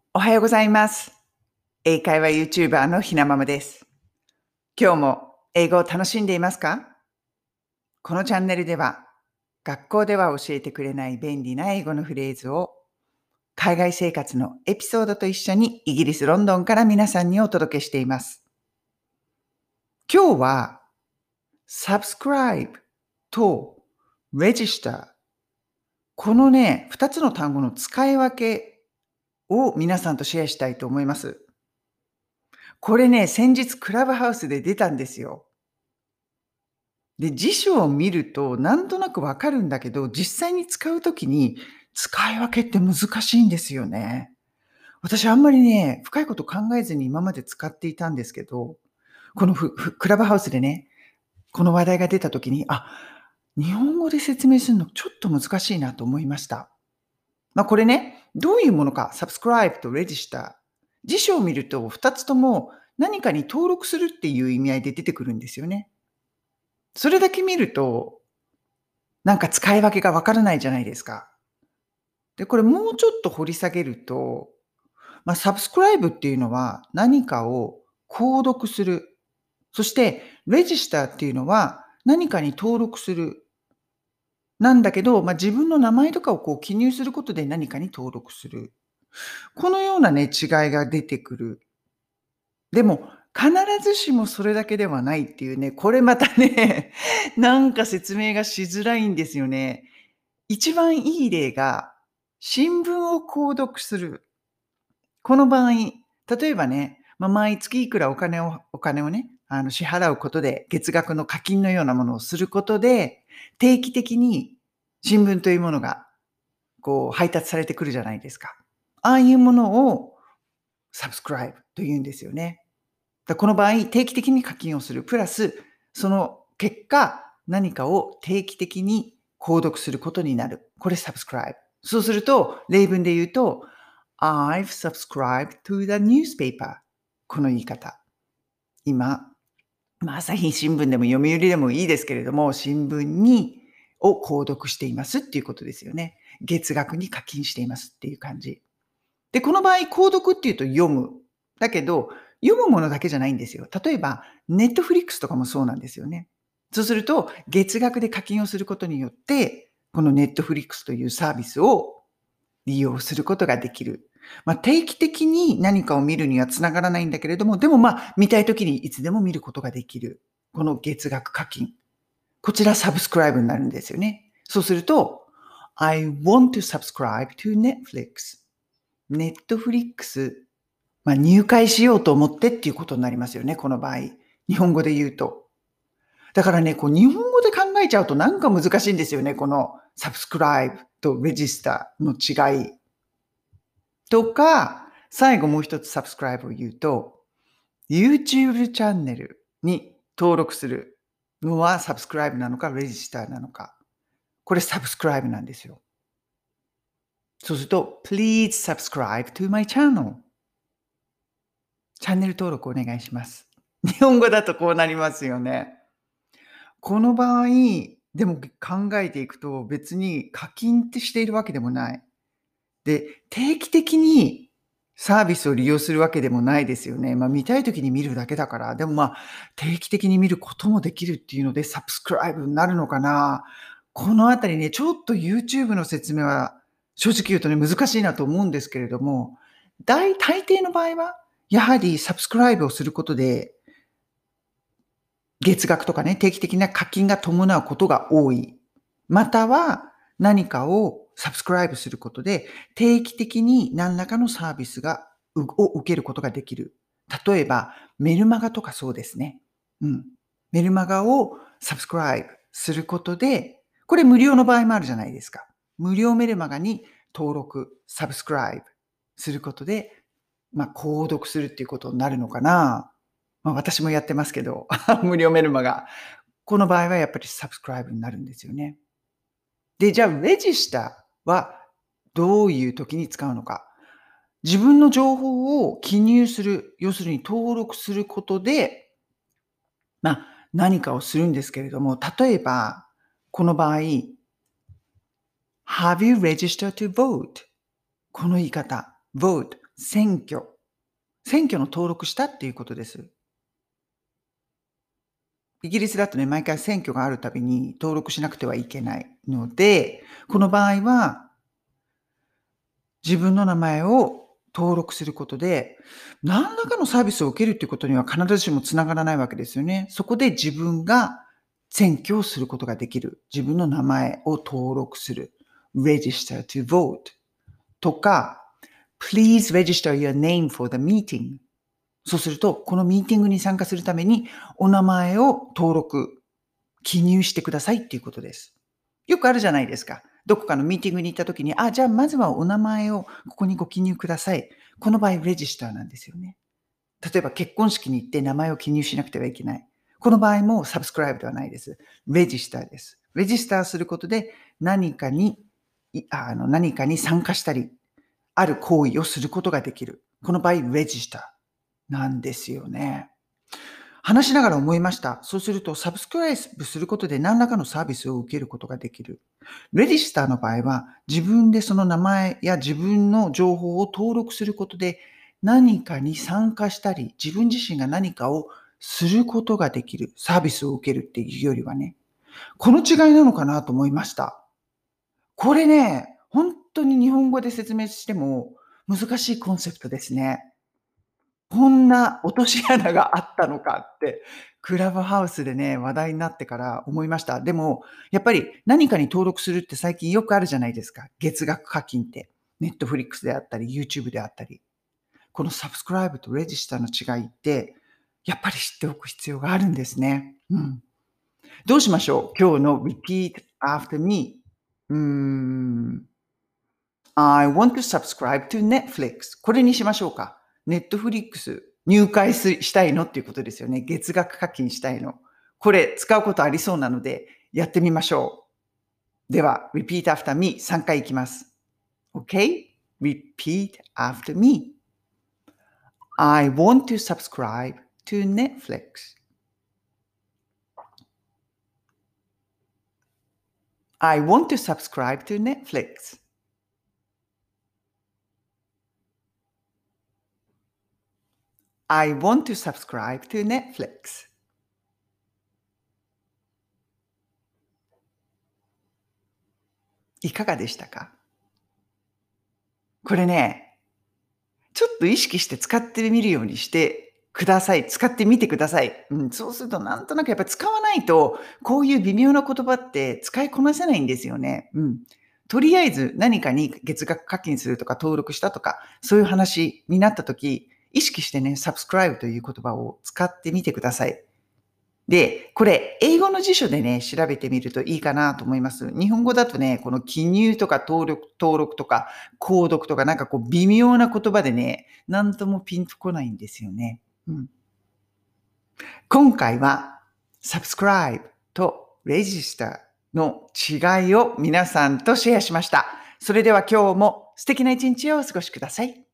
おはようございます。英会話 YouTuber のひなままです。今日も英語を楽しんでいますか？このチャンネルでは、学校では教えてくれない便利な英語のフレーズを、海外生活のエピソードと一緒にイギリス・ロンドンから皆さんにお届けしています。今日は、subscribe と register。このね、二つの単語の使い分けを皆さんとシェアしたいと思います。これね、先日クラブハウスで出たんですよ。で、辞書を見るとなんとなくわかるんだけど、実際に使うときに使い分けって難しいんですよね。私あんまりね、深いこと考えずに今まで使っていたんですけど、このクラブハウスでね、この話題が出たときに、日本語で説明するのちょっと難しいなと思いました。これね、どういうものか、subscribe と register。辞書を見ると2つとも何かに登録するっていう意味合いで出てくるんですよね。それだけ見ると、なんか使い分けがわからないじゃないですか。で、これもうちょっと掘り下げると、サブスクライブっていうのは何かを購読する。そして、レジスターっていうのは何かに登録する。なんだけど、自分の名前とかをこう記入することで何かに登録する。このようなね、違いが出てくる。でも、必ずしもそれだけではないっていうね、これまたね、なんか説明がしづらいんですよね。一番いい例が、新聞を購読する。この場合、例えばね、毎月いくらお金をね、支払うことで、月額の課金のようなものをすることで、定期的に新聞というものが、こう配達されてくるじゃないですか。ああいうものをサブスクライブと言うんですよね。この場合、定期的に課金をする。プラス、その結果、何かを定期的に購読することになる。これ subscribe。そうすると、例文で言うと、I've subscribed to the newspaper。この言い方。今、朝日新聞でも読売でもいいですけれども、新聞を購読していますっていうことですよね。月額に課金していますっていう感じ。で、この場合、購読っていうと読む。だけど、読むものだけじゃないんですよ。例えば、ネットフリックスとかもそうなんですよね。そうすると、月額で課金をすることによって、このネットフリックスというサービスを利用することができる。定期的に何かを見るにはつながらないんだけれども、でも見たいときにいつでも見ることができる。この月額課金。こちらサブスクライブになるんですよね。そうすると、I want to subscribe to Netflix。ネットフリックス、入会しようと思ってっていうことになりますよね、この場合。日本語で言うと。だからね、日本語で考えちゃうとなんか難しいんですよね、このサブスクライブとレジスターの違い。とか、最後もう一つサブスクライブを言うと、YouTube チャンネルに登録するのはサブスクライブなのか、レジスターなのか。これサブスクライブなんですよ。そうすると、Please subscribe to my channel。チャンネル登録お願いします。日本語だとこうなりますよね。この場合、でも考えていくと別に課金ってしているわけでもない。で、定期的にサービスを利用するわけでもないですよね。見たい時に見るだけだから。でも定期的に見ることもできるっていうので、サブスクライブになるのかな。このあたりね、ちょっと YouTube の説明は正直言うとね、難しいなと思うんですけれども、大抵の場合は、やはりサブスクライブをすることで、月額とかね、定期的な課金が伴うことが多い。または、何かをサブスクライブすることで、定期的に何らかのサービスを受けることができる。例えば、メルマガとかそうですね。うん。メルマガをサブスクライブすることで、これ無料の場合もあるじゃないですか。無料メルマガに登録、サブスクライブすることで、購読するっていうことになるのかな。私もやってますけど、無料メルマガ。この場合はやっぱりサブスクライブになるんですよね。で、じゃあレジスターはどういう時に使うのか。自分の情報を記入する、要するに登録することで、何かをするんですけれども、例えば、この場合、Have you registered to vote? この言い方、vote、 選挙の登録したっていうことです。イギリスだとね、毎回選挙があるたびに登録しなくてはいけないので、この場合は自分の名前を登録することで、何らかのサービスを受けるっていうことには必ずしもつながらないわけですよね。そこで自分が選挙をすることができる。自分の名前を登録する。register to vote とか、please register your name for the meeting。そうすると、このミーティングに参加するためにお名前を登録、記入してくださいっていうことです。よくあるじゃないですか。どこかのミーティングに行った時に、じゃあまずはお名前をここにご記入ください。この場合、レジスターなんですよね。例えば結婚式に行って名前を記入しなくてはいけない。この場合もサブスクライブではないです。レジスターです。レジスターすることで何かに参加したり、ある行為をすることができる。この場合、レジスターなんですよね。話しながら思いました。そうすると、サブスクライブすることで何らかのサービスを受けることができる。レジスターの場合は、自分でその名前や自分の情報を登録することで、何かに参加したり、自分自身が何かをすることができる。サービスを受けるっていうよりはね。この違いなのかなと思いました。これね、本当に日本語で説明しても難しいコンセプトですね。こんな落とし穴があったのかって、クラブハウスでね、話題になってから思いました。でも、やっぱり何かに登録するって最近よくあるじゃないですか。月額課金って。Netflix であったり、YouTube であったり。このサブスクライブとレジスターの違いって、やっぱり知っておく必要があるんですね。どうしましょう？今日の repeat after me。I want to subscribe to Netflix。これにしましょうか。Netflix 入会したいのっていうことですよね。月額課金したいの。これ使うことありそうなのでやってみましょう。では、repeat after me 3回いきます。OK?Repeat after me. I want to subscribe to Netflix. I want to subscribe to Netflix. I want to subscribe to Netflix. いかがでしたか？これね、ちょっと意識して使ってみるようにしてください。使ってみてください。そうするとなんとなくやっぱり使わないと、こういう微妙な言葉って使いこなせないんですよね。とりあえず何かに月額課金するとか登録したとか、そういう話になった時、意識してね、サブスクライブという言葉を使ってみてください。で、これ、英語の辞書でね、調べてみるといいかなと思います。日本語だとね、この記入とか登録とか、購読とか、なんかこう微妙な言葉でね、なんともピンとこないんですよね。今回は、subscribe と register の違いを皆さんとシェアしました。それでは今日も素敵な一日をお過ごしください。